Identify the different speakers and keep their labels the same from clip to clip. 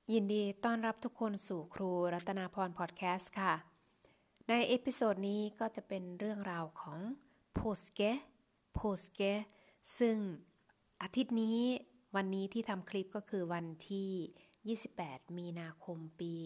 Speaker 1: ยินดีต้อนรับทุกคนสู่ครูรัตนาพรพอดแคสต์ค่ะในเอพิโซดนี้ก็จะเป็นเรื่องราวของโพสเกซึ่งอาทิตย์นี้วันนี้ที่ทำคลิปก็คือวันที่28มีนาคมปี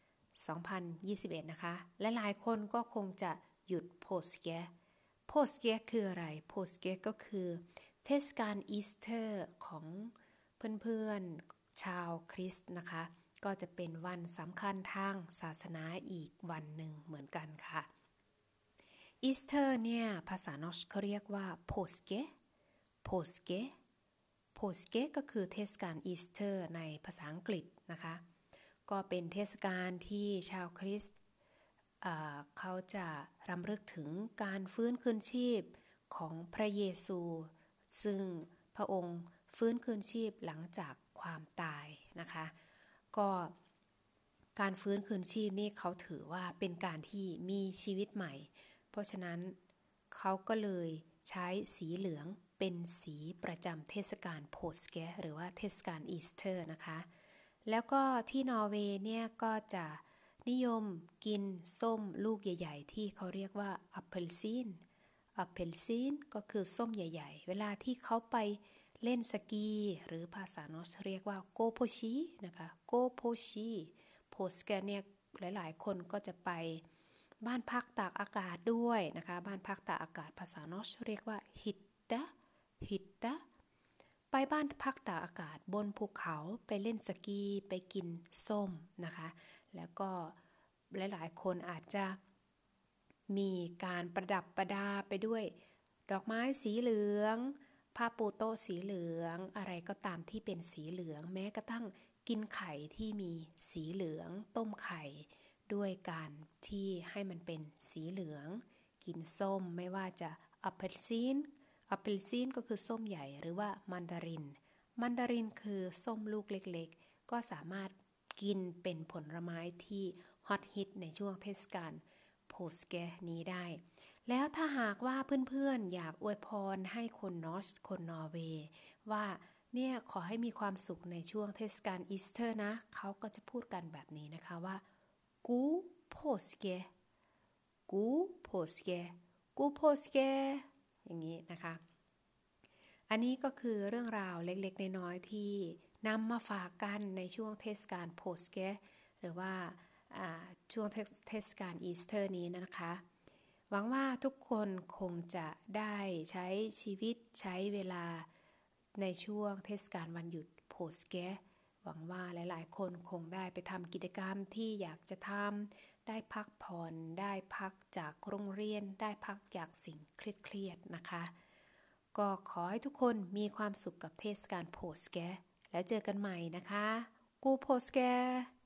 Speaker 1: 2021นะคะและหลายคนก็คงจะหยุดโพสเกคืออะไรโพสเกก็คือเทศกาลอีสเตอร์ของเพื่อนๆชาวคริสต์นะคะก็จะเป็นวันสำคัญทางศาสนาอีกวันหนึ่งเหมือนกันค่ะอีสเตอร์เนี่ยภาษานอชเขาเรียกว่าโพสเกก็คือเทศกาลอีสเตอร์ในภาษาอังกฤษนะคะก็เป็นเทศกาลที่ชาวคริสต์เขาจะรำลึกถึงการฟื้นคืนชีพของพระเยซูซึ่งพระองค์ฟื้นคืนชีพหลังจากความตายนะคะก็การฟื้นคืนชีพนี่เขาถือว่าเป็นการที่มีชีวิตใหม่เพราะฉะนั้นเขาก็เลยใช้สีเหลืองเป็นสีประจำเทศกาลโพสเกหรือว่าเทศกาลอีสเตอร์นะคะแล้วก็ที่นอร์เวย์เนี่ยก็จะนิยมกินส้มลูกใหญ่ๆที่เขาเรียกว่าอัปเปิลซีนก็คือส้มใหญ่ๆเวลาที่เขาไปเล่นสกีหรือภาษานอสเรียกว่าโกโพชีนะคะโกโพชีโพสแกเนี่ยหลายๆคนก็จะไปบ้านพักตากอากาศด้วยนะคะบ้านพักตากอากาศภาษานอสเรียกว่าฮิตตะไปบ้านพักตากอากาศบนภูเขาไปเล่นสกีไปกินส้มนะคะแล้วก็หลายๆคนอาจจะมีการประดับประดาไปด้วยดอกไม้สีเหลืองผ้าปูโต๊ะสีเหลืองอะไรก็ตามที่เป็นสีเหลืองแม้กระทั่งกินไข่ที่มีสีเหลืองต้มไข่ด้วยการที่ให้มันเป็นสีเหลืองกินส้มไม่ว่าจะอัปเปิลซีนก็คือส้มใหญ่หรือว่ามันดารินคือส้มลูกเล็กๆก็สามารถกินเป็นผลไม้ที่ฮอตฮิตในช่วงเทศกาลโพสแกนี้ได้แล้วถ้าหากว่าเพื่อนๆอยากอวยพรให้คนนอร์เวย์ว่าเนี่ยขอให้มีความสุขในช่วงเทศกาลอีสเตอร์นะเขาก็จะพูดกันแบบนี้นะคะว่ากูโพสแกอย่างนี้นะคะอันนี้ก็คือเรื่องราวเล็กๆน้อยๆที่นำมาฝากกันในช่วงเทศกาลโพสแกหรือว่าช่วงเทศกาลอีสเตอร์นี้นะคะหวังว่าทุกคนคงจะได้ใช้ชีวิตใช้เวลาในช่วงเทศกาลวันหยุดโพสแกหวังว่าหลายๆคนคงได้ไปทำกิจกรรมที่อยากจะทำได้พักผ่อนได้พักจากโรงเรียนได้พักจากสิ่งเครียดๆนะคะก็ขอให้ทุกคนมีความสุขกับเทศกาลโพสแกแล้วเจอกันใหม่นะคะกูโพสแก